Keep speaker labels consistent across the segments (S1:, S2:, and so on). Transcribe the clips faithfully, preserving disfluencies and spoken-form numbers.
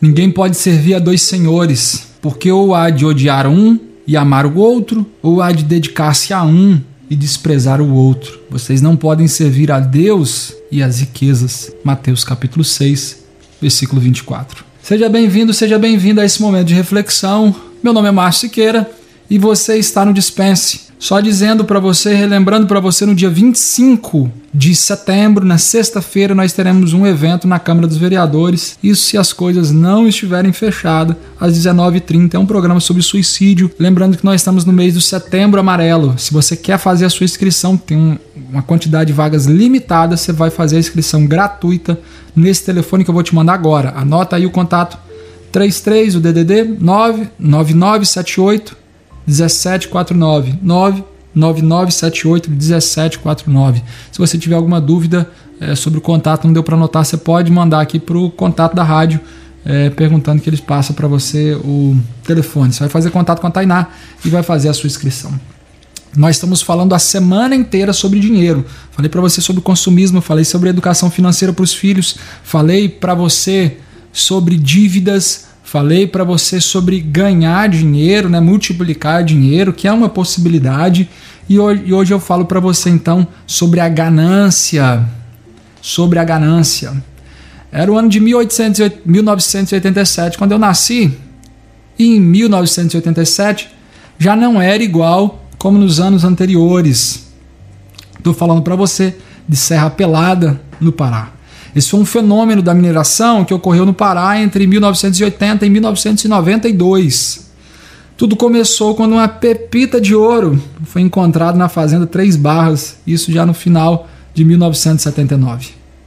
S1: Ninguém pode servir a dois senhores, porque ou há de odiar um e amar o outro, ou há de dedicar-se a um e desprezar o outro. Vocês não podem servir a Deus e às riquezas. Mateus capítulo seis, versículo vinte e quatro. Seja bem-vindo, seja bem-vindo a esse momento de reflexão. Meu nome é Márcio Siqueira e você está no Dispense. Só dizendo para você, relembrando para você, no dia vinte e cinco de setembro, na sexta-feira, nós teremos um evento na Câmara dos Vereadores. Isso se as coisas não estiverem fechadas, às dezenove e trinta. É um programa sobre suicídio. Lembrando que nós estamos no mês do Setembro Amarelo. Se você quer fazer a sua inscrição, tem um, uma quantidade de vagas limitada, você vai fazer a inscrição gratuita nesse telefone que eu vou te mandar agora. Anota aí o contato trinta e três, o D D D, nove nove nove sete oito um sete quatro nove, nove nove nove sete oito um sete quatro nove. Se você tiver alguma dúvida é, sobre o contato, não deu para anotar, você pode mandar aqui para o contato da rádio, é, perguntando que eles passam para você o telefone. Você vai fazer contato com a Tainá e vai fazer a sua inscrição. Nós estamos falando a semana inteira sobre dinheiro. Falei para você sobre consumismo, falei sobre educação financeira para os filhos, falei para você sobre dívidas, falei para você sobre ganhar dinheiro, né, multiplicar dinheiro, que é uma possibilidade. E hoje, e hoje eu falo para você então sobre a ganância. Sobre a ganância. Era o ano de mil novecentos e oitenta e sete, quando eu nasci. E em mil novecentos e oitenta e sete já não era igual como nos anos anteriores. Estou falando para você de Serra Pelada, no Pará. Esse foi um fenômeno da mineração que ocorreu no Pará entre mil novecentos e oitenta e mil novecentos e noventa e dois. Tudo começou quando uma pepita de ouro foi encontrada na fazenda Três Barras, isso já no final de mil novecentos e setenta e nove.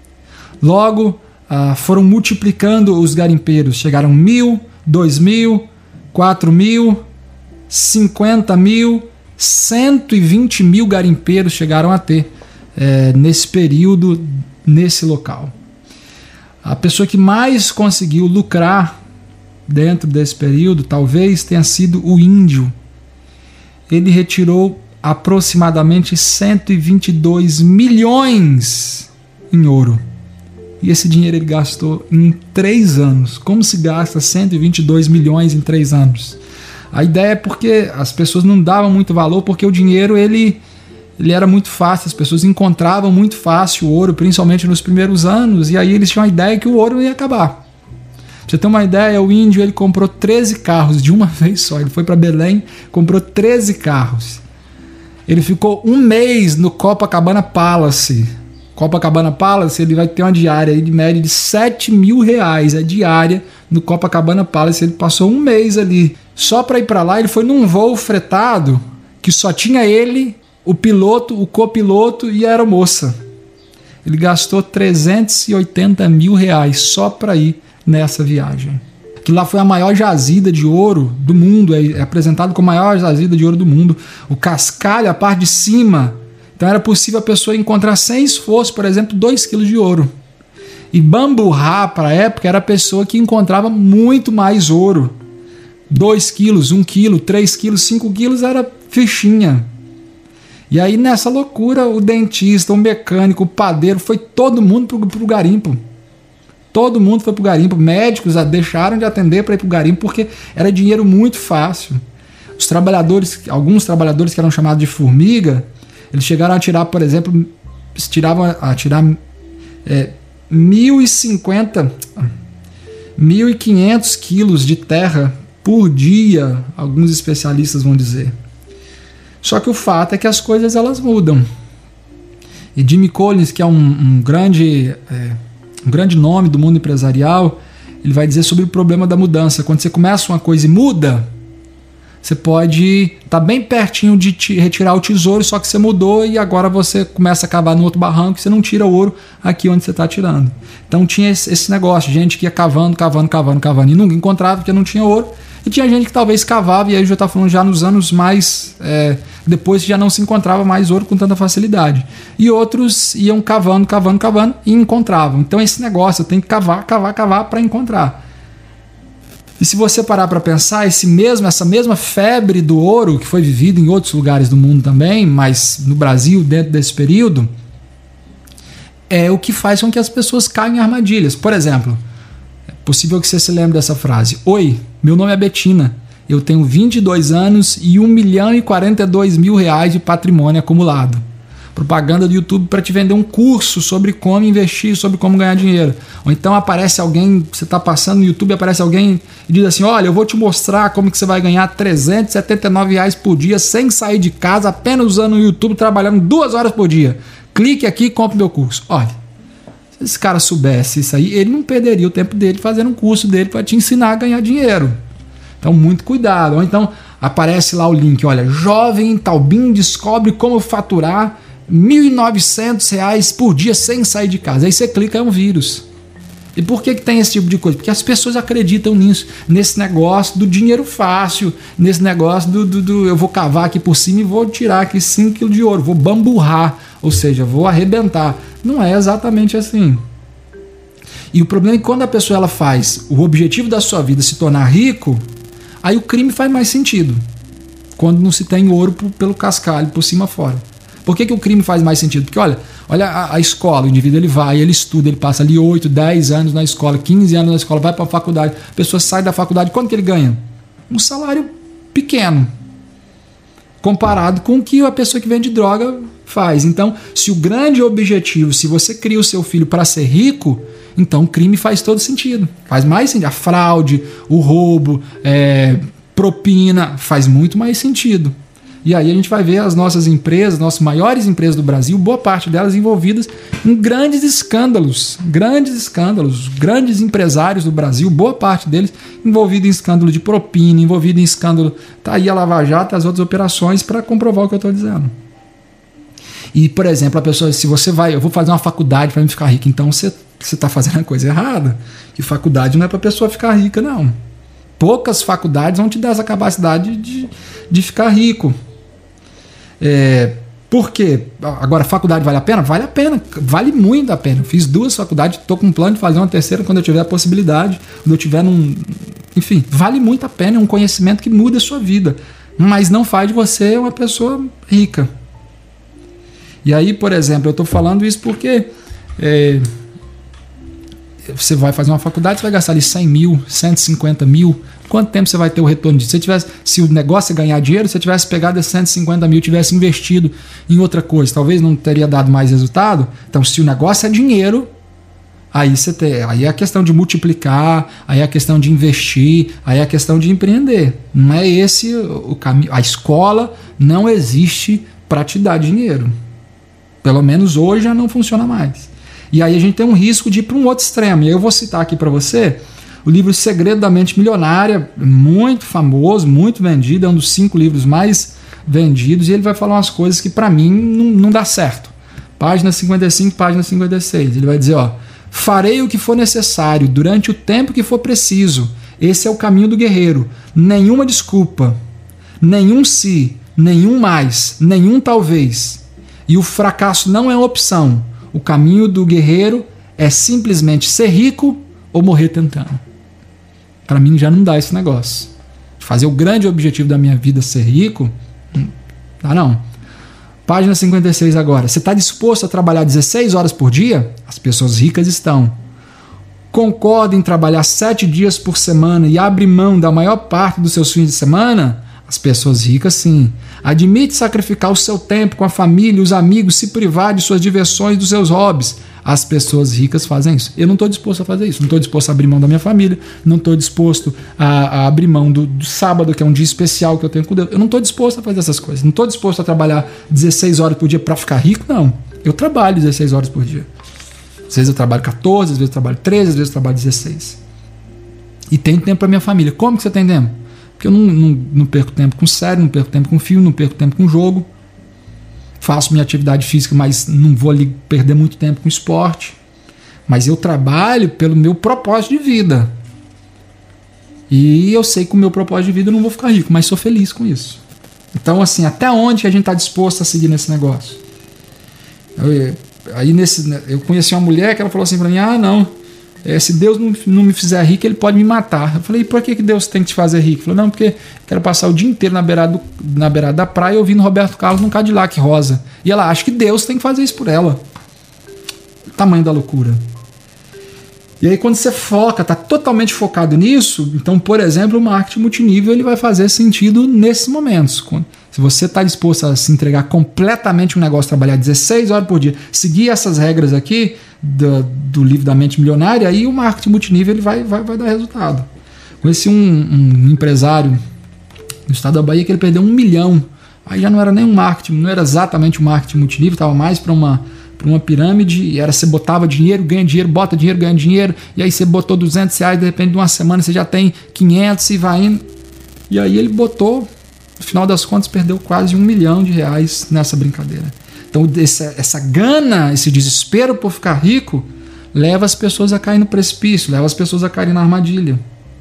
S1: Logo, ah, foram multiplicando os garimpeiros, chegaram mil, dois mil, quatro mil, cinquenta mil, cento e vinte mil garimpeiros chegaram a ter é, nesse período, nesse local. A pessoa que mais conseguiu lucrar dentro desse período talvez tenha sido o índio. Ele retirou aproximadamente cento e vinte e dois milhões em ouro. E esse dinheiro ele gastou em três anos. Como se gasta cento e vinte e dois milhões em três anos? A ideia é porque as pessoas não davam muito valor, porque o dinheiro ele Ele era muito fácil, as pessoas encontravam muito fácil o ouro, principalmente nos primeiros anos, e aí eles tinham a ideia que o ouro ia acabar. Pra você ter uma ideia, o índio ele comprou treze carros de uma vez só. Ele foi para Belém, comprou treze carros. Ele ficou um mês no Copacabana Palace. Copacabana Palace, ele vai ter uma diária aí de média de sete mil reais a diária no Copacabana Palace. Ele passou um mês ali. Só para ir para lá, ele foi num voo fretado que só tinha ele, o piloto, o copiloto e a aeromoça. Ele gastou trezentos e oitenta mil reais só para ir nessa viagem. Que lá foi a maior jazida de ouro do mundo, é apresentado como a maior jazida de ouro do mundo. O cascalho, a parte de cima, então era possível a pessoa encontrar sem esforço, por exemplo, dois quilos de ouro. E Bamburra, para a época, era a pessoa que encontrava muito mais ouro. dois quilos, um quilo, três quilos, cinco quilos era fichinha. E aí nessa loucura o dentista, o mecânico, o padeiro, foi todo mundo pro, pro garimpo. Todo mundo foi pro garimpo. Médicos deixaram de atender para ir pro garimpo porque era dinheiro muito fácil. Os trabalhadores, alguns trabalhadores que eram chamados de formiga, eles chegaram a tirar, por exemplo, tiravam a tirar é, mil e cinquenta, mil e quinhentos quilos de terra por dia, alguns especialistas vão dizer. Só que o fato é que as coisas elas mudam. E Jimmy Collins, que é um, um, grande, é, um grande nome do mundo empresarial, ele vai dizer sobre o problema da mudança. Quando você começa uma coisa e muda, você pode estar bem pertinho de te retirar o tesouro, só que você mudou e agora você começa a cavar no outro barranco e você não tira o ouro aqui onde você está tirando. Então tinha esse, esse negócio, gente que ia cavando, cavando, cavando, cavando e nunca encontrava porque não tinha ouro. E tinha gente que talvez cavava, e aí eu já está falando já nos anos mais... É, depois que já não se encontrava mais ouro com tanta facilidade. E outros iam cavando, cavando, cavando e encontravam. Então esse negócio, eu tenho que cavar, cavar, cavar para encontrar. E se você parar para pensar, esse mesmo, essa mesma febre do ouro, que foi vivida em outros lugares do mundo também, mas no Brasil, dentro desse período, é o que faz com que as pessoas caiam em armadilhas. Por exemplo, Possível que você se lembre dessa frase. Oi, meu nome é Betina. Eu tenho vinte e dois anos e um milhão e quarenta e dois mil reais de patrimônio acumulado. Propaganda do YouTube para te vender um curso sobre como investir, sobre como ganhar dinheiro. Ou então aparece alguém, você está passando no YouTube, aparece alguém e diz assim, olha, eu vou te mostrar como que você vai ganhar trezentos e setenta e nove reais por dia sem sair de casa, apenas usando o YouTube, trabalhando duas horas por dia. Clique aqui e compre meu curso. Olha, se esse cara soubesse isso aí, ele não perderia o tempo dele fazendo um curso dele para te ensinar a ganhar dinheiro. Então, muito cuidado. Ou então aparece lá o link, olha, jovem Talbin descobre como faturar mil e novecentos reais por dia sem sair de casa. Aí você clica, é um vírus. E por que que tem esse tipo de coisa? Porque as pessoas acreditam nisso, nesse negócio do dinheiro fácil, nesse negócio do, do, do eu vou cavar aqui por cima e vou tirar aqui cinco quilos de ouro, vou bamburrar, ou seja, vou arrebentar. Não é exatamente assim. E o problema é que quando a pessoa ela faz o objetivo da sua vida se tornar rico, aí o crime faz mais sentido. Quando não se tem ouro pelo cascalho, por cima fora. Por que que o crime faz mais sentido? Porque olha, olha a, a escola, o indivíduo ele vai, ele estuda, ele passa ali oito, dez anos na escola, quinze anos na escola, vai para a faculdade, a pessoa sai da faculdade, quanto que ele ganha? Um salário pequeno, comparado com o que a pessoa que vende droga faz. Então, se o grande objetivo, se você cria o seu filho para ser rico, então o crime faz todo sentido, faz mais sentido. A fraude, o roubo, é, propina, faz muito mais sentido. E aí a gente vai ver as nossas empresas, nossas maiores empresas do Brasil, boa parte delas envolvidas em grandes escândalos, grandes escândalos, grandes empresários do Brasil, boa parte deles envolvidos em escândalo de propina, envolvido em escândalo, tá aí a Lava Jato, as outras operações para comprovar o que eu estou dizendo. E, por exemplo, a pessoa, se você vai, eu vou fazer uma faculdade para me ficar rico, então você está fazendo a coisa errada, que faculdade não é para a pessoa ficar rica, não. Poucas faculdades vão te dar essa capacidade de, de ficar rico. É, por quê? Agora, faculdade vale a pena? Vale a pena, vale muito a pena. Eu fiz duas faculdades, estou com um plano de fazer uma terceira quando eu tiver a possibilidade, quando eu tiver num... Enfim, vale muito a pena, é um conhecimento que muda a sua vida, mas não faz de você uma pessoa rica. E aí, por exemplo, eu estou falando isso porque é, você vai fazer uma faculdade, você vai gastar ali cem mil, cento e cinquenta mil. Quanto tempo você vai ter o retorno disso? Se, tivesse, se o negócio é ganhar dinheiro, se você tivesse pegado esses cento e cinquenta mil e tivesse investido em outra coisa, talvez não teria dado mais resultado. Então, se o negócio é dinheiro, aí, você tem, aí é a questão de multiplicar, aí é a questão de investir, aí é a questão de empreender. Não é esse o caminho. A escola não existe para te dar dinheiro. Pelo menos hoje já não funciona mais. E aí a gente tem um risco de ir para um outro extremo. E eu vou citar aqui para você o livro Segredo da Mente Milionária, muito famoso, muito vendido, é um dos cinco livros mais vendidos, e ele vai falar umas coisas que para mim não, não dá certo. Página cinquenta e cinco, página cinquenta e seis. Ele vai dizer, ó, farei o que for necessário, durante o tempo que for preciso. Esse é o caminho do guerreiro. Nenhuma desculpa, nenhum se, nenhum mais, nenhum talvez. E o fracasso não é opção. O caminho do guerreiro é simplesmente ser rico ou morrer tentando. Para mim já não dá esse negócio. Fazer o grande objetivo da minha vida ser rico, não dá não. Página cinquenta e seis agora. Você está disposto a trabalhar dezesseis horas por dia? As pessoas ricas estão. Concorda em trabalhar sete dias por semana e abre mão da maior parte dos seus fins de semana? As pessoas ricas, sim. Admite sacrificar o seu tempo com a família, os amigos, se privar de suas diversões, dos seus hobbies. As pessoas ricas fazem isso. Eu não estou disposto a fazer isso. Não estou disposto a abrir mão da minha família. Não estou disposto a, a abrir mão do, do sábado, que é um dia especial que eu tenho com Deus. Eu não estou disposto a fazer essas coisas. Não estou disposto a trabalhar dezesseis horas por dia para ficar rico, não. Eu trabalho dezesseis horas por dia. Às vezes eu trabalho quatorze, às vezes eu trabalho treze, às vezes eu trabalho dezesseis. E tenho tempo para minha família. Como que você tem tempo? Porque eu não, não, não perco tempo com série, não perco tempo com filme, não perco tempo com jogo. Faço minha atividade física, mas não vou ali perder muito tempo com esporte. Mas eu trabalho pelo meu propósito de vida. E eu sei que com o meu propósito de vida eu não vou ficar rico, mas sou feliz com isso. Então, assim, até onde que a gente está disposto a seguir nesse negócio? Eu, aí nesse, eu conheci uma mulher que ela falou assim para mim, ah, não, é, se Deus não, não me fizer rico, ele pode me matar. Eu falei, e por que, que Deus tem que te fazer rico? Ele falou, não, porque eu quero passar o dia inteiro na beirada, do, na beirada da praia ouvindo Roberto Carlos num Cadillac rosa. E ela acha que Deus tem que fazer isso por ela. O tamanho da loucura. E aí quando você foca, está totalmente focado nisso, então, por exemplo, o marketing multinível ele vai fazer sentido nesses momentos. Se você está disposto a se entregar completamente um negócio, trabalhar dezesseis horas por dia, seguir essas regras aqui do, do livro da mente milionária, aí o marketing multinível ele vai, vai, vai dar resultado. Conheci um, um empresário no estado da Bahia que ele perdeu um milhão. Aí já não era nem um marketing, não era exatamente um marketing multinível, estava mais para uma, para uma pirâmide, e era você botava dinheiro, ganha dinheiro, bota dinheiro, ganha dinheiro, e aí você botou duzentos reais, de repente de uma semana você já tem quinhentos e vai indo. E aí ele botou, no final das contas, perdeu quase um milhão de reais nessa brincadeira. Então essa, essa gana, esse desespero por ficar rico, leva as pessoas a cair no precipício, leva as pessoas a cair na armadilha.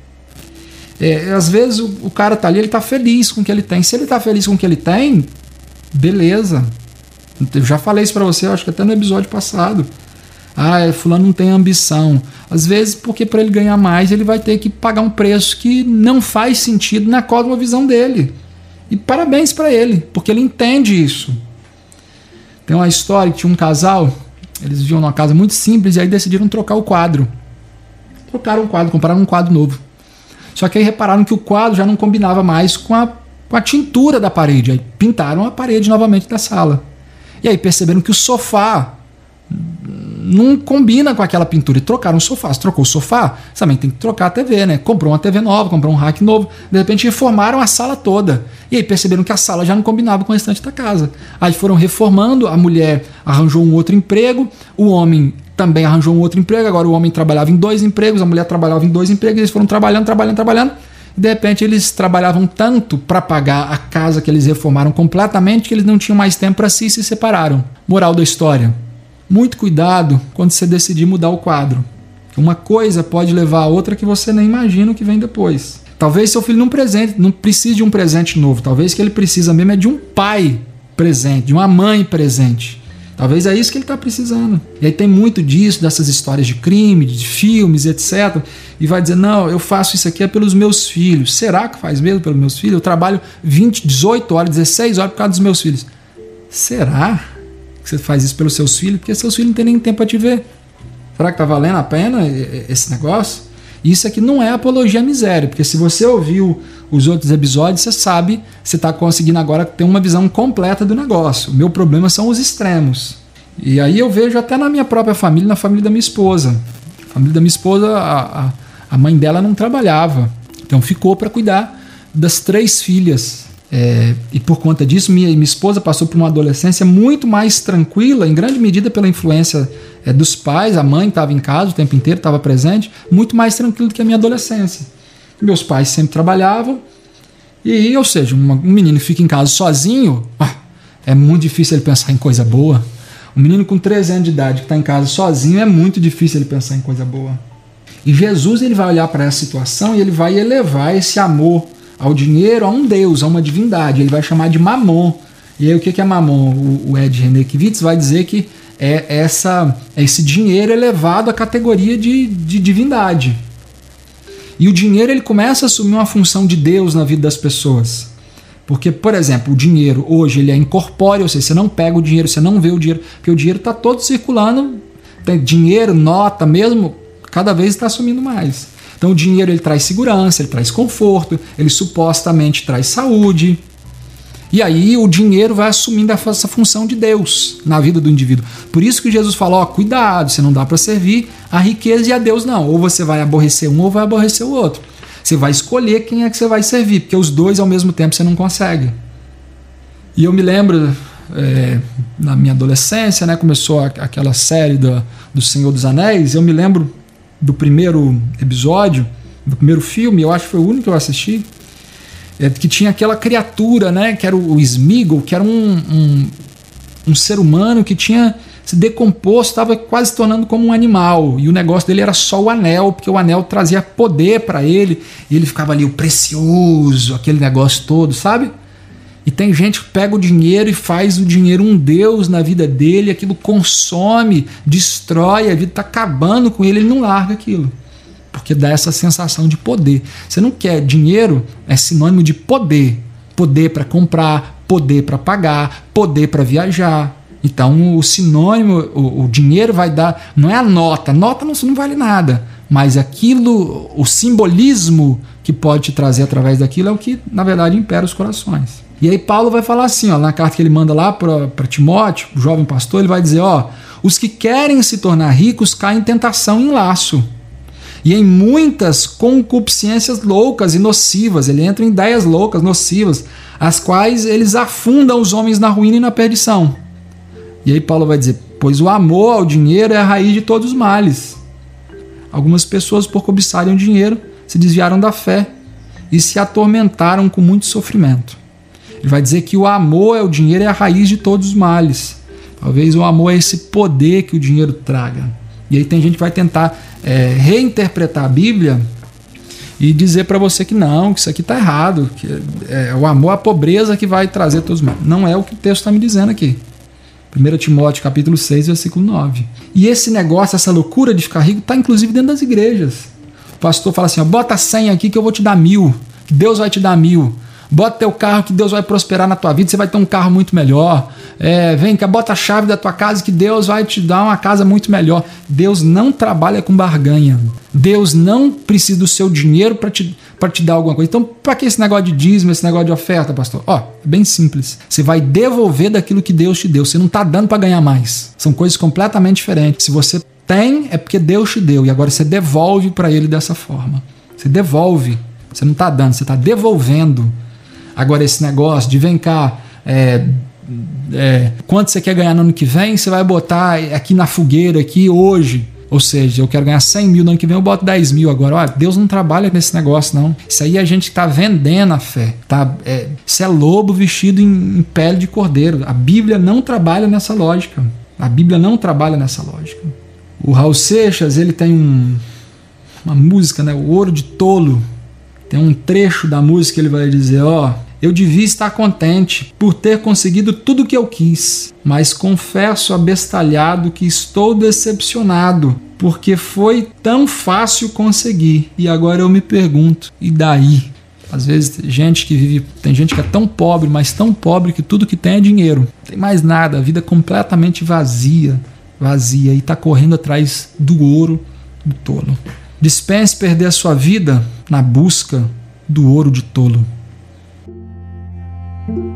S1: É, às vezes o, o cara tá ali, ele tá feliz com o que ele tem. Se ele tá feliz com o que ele tem, beleza. Eu já falei isso pra você, eu acho que até no episódio passado. Ah, fulano não tem ambição. Às vezes, porque para ele ganhar mais, ele vai ter que pagar um preço que não faz sentido na cosmovisão dele. E parabéns para ele, porque ele entende isso. Tem uma história que tinha um casal, eles viviam numa casa muito simples e aí decidiram trocar o quadro. Trocaram o quadro, compraram um quadro novo. Só que aí repararam que o quadro já não combinava mais com a, com a tintura da parede. Aí pintaram a parede novamente da sala. E aí perceberam que o sofá não combina com aquela pintura. E trocaram o sofá. Se trocou o sofá, você também tem que trocar a T V, né? Comprou uma T V nova, comprou um rack novo. De repente reformaram a sala toda. E aí perceberam que a sala já não combinava com o restante da casa. Aí foram reformando, a mulher arranjou um outro emprego, o homem também arranjou um outro emprego. Agora o homem trabalhava em dois empregos, a mulher trabalhava em dois empregos. Eles foram trabalhando, trabalhando, trabalhando. E de repente eles trabalhavam tanto para pagar a casa que eles reformaram completamente que eles não tinham mais tempo para si e se separaram. Moral da história: muito cuidado quando você decidir mudar o quadro. Uma coisa pode levar a outra que você nem imagina o que vem depois. Talvez seu filho não, presente, não precise de um presente novo. Talvez o que ele precisa mesmo é de um pai presente, de uma mãe presente. Talvez é isso que ele está precisando. E aí tem muito disso, dessas histórias de crime, de filmes, etcétera. E vai dizer, não, eu faço isso aqui é pelos meus filhos. Será que faz mesmo pelos meus filhos? Eu trabalho vinte, dezoito horas, dezesseis horas por causa dos meus filhos. Será que você faz isso pelos seus filhos? Porque seus filhos não têm nem tempo para te ver. Será que está valendo a pena esse negócio? Isso aqui não é apologia à miséria, porque se você ouviu os outros episódios, você sabe, você está conseguindo agora ter uma visão completa do negócio. O meu problema são os extremos. E aí eu vejo até na minha própria família, na família da minha esposa. A família da minha esposa, a, a, a mãe dela não trabalhava, então ficou para cuidar das três filhas. É, e por conta disso, minha, minha esposa passou por uma adolescência muito mais tranquila, em grande medida pela influência é, dos pais. A mãe estava em casa o tempo inteiro, estava presente, muito mais tranquilo do que a minha adolescência. Meus pais sempre trabalhavam, e, ou seja, uma, um menino fica em casa sozinho, ah, é muito difícil ele pensar em coisa boa. Um menino com treze anos de idade que está em casa sozinho, é muito difícil ele pensar em coisa boa. E Jesus ele vai olhar para essa situação e ele vai elevar esse amor ao dinheiro, a um Deus, a uma divindade. Ele vai chamar de Mamon. E aí o que é Mamon? O, o Ed Renekiewicz vai dizer que é, essa, é esse dinheiro elevado à categoria de, de divindade. E o dinheiro ele começa a assumir uma função de Deus na vida das pessoas. Porque, por exemplo, o dinheiro hoje ele é incorpóreo, ou seja, você não pega o dinheiro, você não vê o dinheiro, porque o dinheiro está todo circulando. Tem dinheiro, nota mesmo, cada vez está assumindo mais. Então o dinheiro ele traz segurança, ele traz conforto, ele supostamente traz saúde. E aí o dinheiro vai assumindo essa função de Deus na vida do indivíduo. Por isso que Jesus falou, ó, cuidado, você não dá para servir a riqueza e a Deus não. Ou você vai aborrecer um ou vai aborrecer o outro. Você vai escolher quem é que você vai servir, porque os dois ao mesmo tempo você não consegue. E eu me lembro, é, na minha adolescência, né, começou aquela série do, do Senhor dos Anéis, eu me lembro do primeiro episódio, do primeiro filme, eu acho que foi o único que eu assisti, é, que tinha aquela criatura, né, que era o Sméagol, que era um, um, um ser humano que tinha se decomposto, estava quase se tornando como um animal, e o negócio dele era só o anel, porque o anel trazia poder para ele, e ele ficava ali, o precioso, aquele negócio todo, sabe? E tem gente que pega o dinheiro e faz o dinheiro um deus na vida dele, aquilo consome, destrói, a vida está acabando com ele, ele não larga aquilo, porque dá essa sensação de poder. Você não quer dinheiro, é sinônimo de poder, poder para comprar, poder para pagar, poder para viajar. Então o sinônimo, o, o dinheiro vai dar, não é a nota, a nota não, não vale nada, mas aquilo, o simbolismo que pode te trazer através daquilo é o que na verdade impera os corações. E aí Paulo vai falar assim, ó, na carta que ele manda lá para Timóteo, o jovem pastor, ele vai dizer, ó, os que querem se tornar ricos caem em tentação e em laço, e em muitas concupiscências loucas e nocivas. Ele entra em ideias loucas, nocivas, as quais eles afundam os homens na ruína e na perdição. E aí Paulo vai dizer, pois o amor ao dinheiro é a raiz de todos os males. Algumas pessoas, por cobiçarem o dinheiro, se desviaram da fé e se atormentaram com muito sofrimento. Ele vai dizer que o amor ao dinheiro é a raiz de todos os males. Talvez o amor é esse poder que o dinheiro traga. E aí tem gente que vai tentar é, reinterpretar a Bíblia e dizer para você que não, que isso aqui está errado, que é o amor à pobreza que vai trazer todos os males. Não é o que o texto está me dizendo aqui. primeiro Timóteo capítulo seis, versículo nove. E esse negócio, essa loucura de ficar rico, está inclusive dentro das igrejas. O pastor fala assim, ó, bota cem aqui que eu vou te dar mil, que Deus vai te dar mil. Bota teu carro que Deus vai prosperar na tua vida, você vai ter um carro muito melhor. É, vem cá, bota a chave da tua casa que Deus vai te dar uma casa muito melhor. Deus não trabalha com barganha. Deus não precisa do seu dinheiro para te, para te dar alguma coisa. Então, para que esse negócio de dízimo, esse negócio de oferta, pastor? Ó, é bem simples. Você vai devolver daquilo que Deus te deu. Você não está dando para ganhar mais. São coisas completamente diferentes. Se você tem, é porque Deus te deu. E agora você devolve para Ele dessa forma. Você devolve. Você não está dando, você está devolvendo. Agora esse negócio de vem cá, é, é, quanto você quer ganhar no ano que vem, você vai botar aqui na fogueira, aqui hoje. Ou seja, eu quero ganhar cem mil no ano que vem, eu boto dez mil agora. Olha, Deus não trabalha nesse negócio, não. Isso aí é a gente que está vendendo a fé. Tá? É, isso é lobo vestido em, em pele de cordeiro. A Bíblia não trabalha nessa lógica. A Bíblia não trabalha nessa lógica. O Raul Seixas, ele tem um, uma música, né? O Ouro de Tolo. Tem um trecho da música que ele vai dizer, ó, eu devia estar contente por ter conseguido tudo o que eu quis, mas confesso abestalhado que estou decepcionado, porque foi tão fácil conseguir. E agora eu me pergunto, e daí? Às vezes gente que vive, tem gente que é tão pobre, mas tão pobre que tudo que tem é dinheiro. Não tem mais nada, a vida é completamente vazia, vazia, e está correndo atrás do ouro do tolo. Dispense perder a sua vida na busca do ouro de tolo.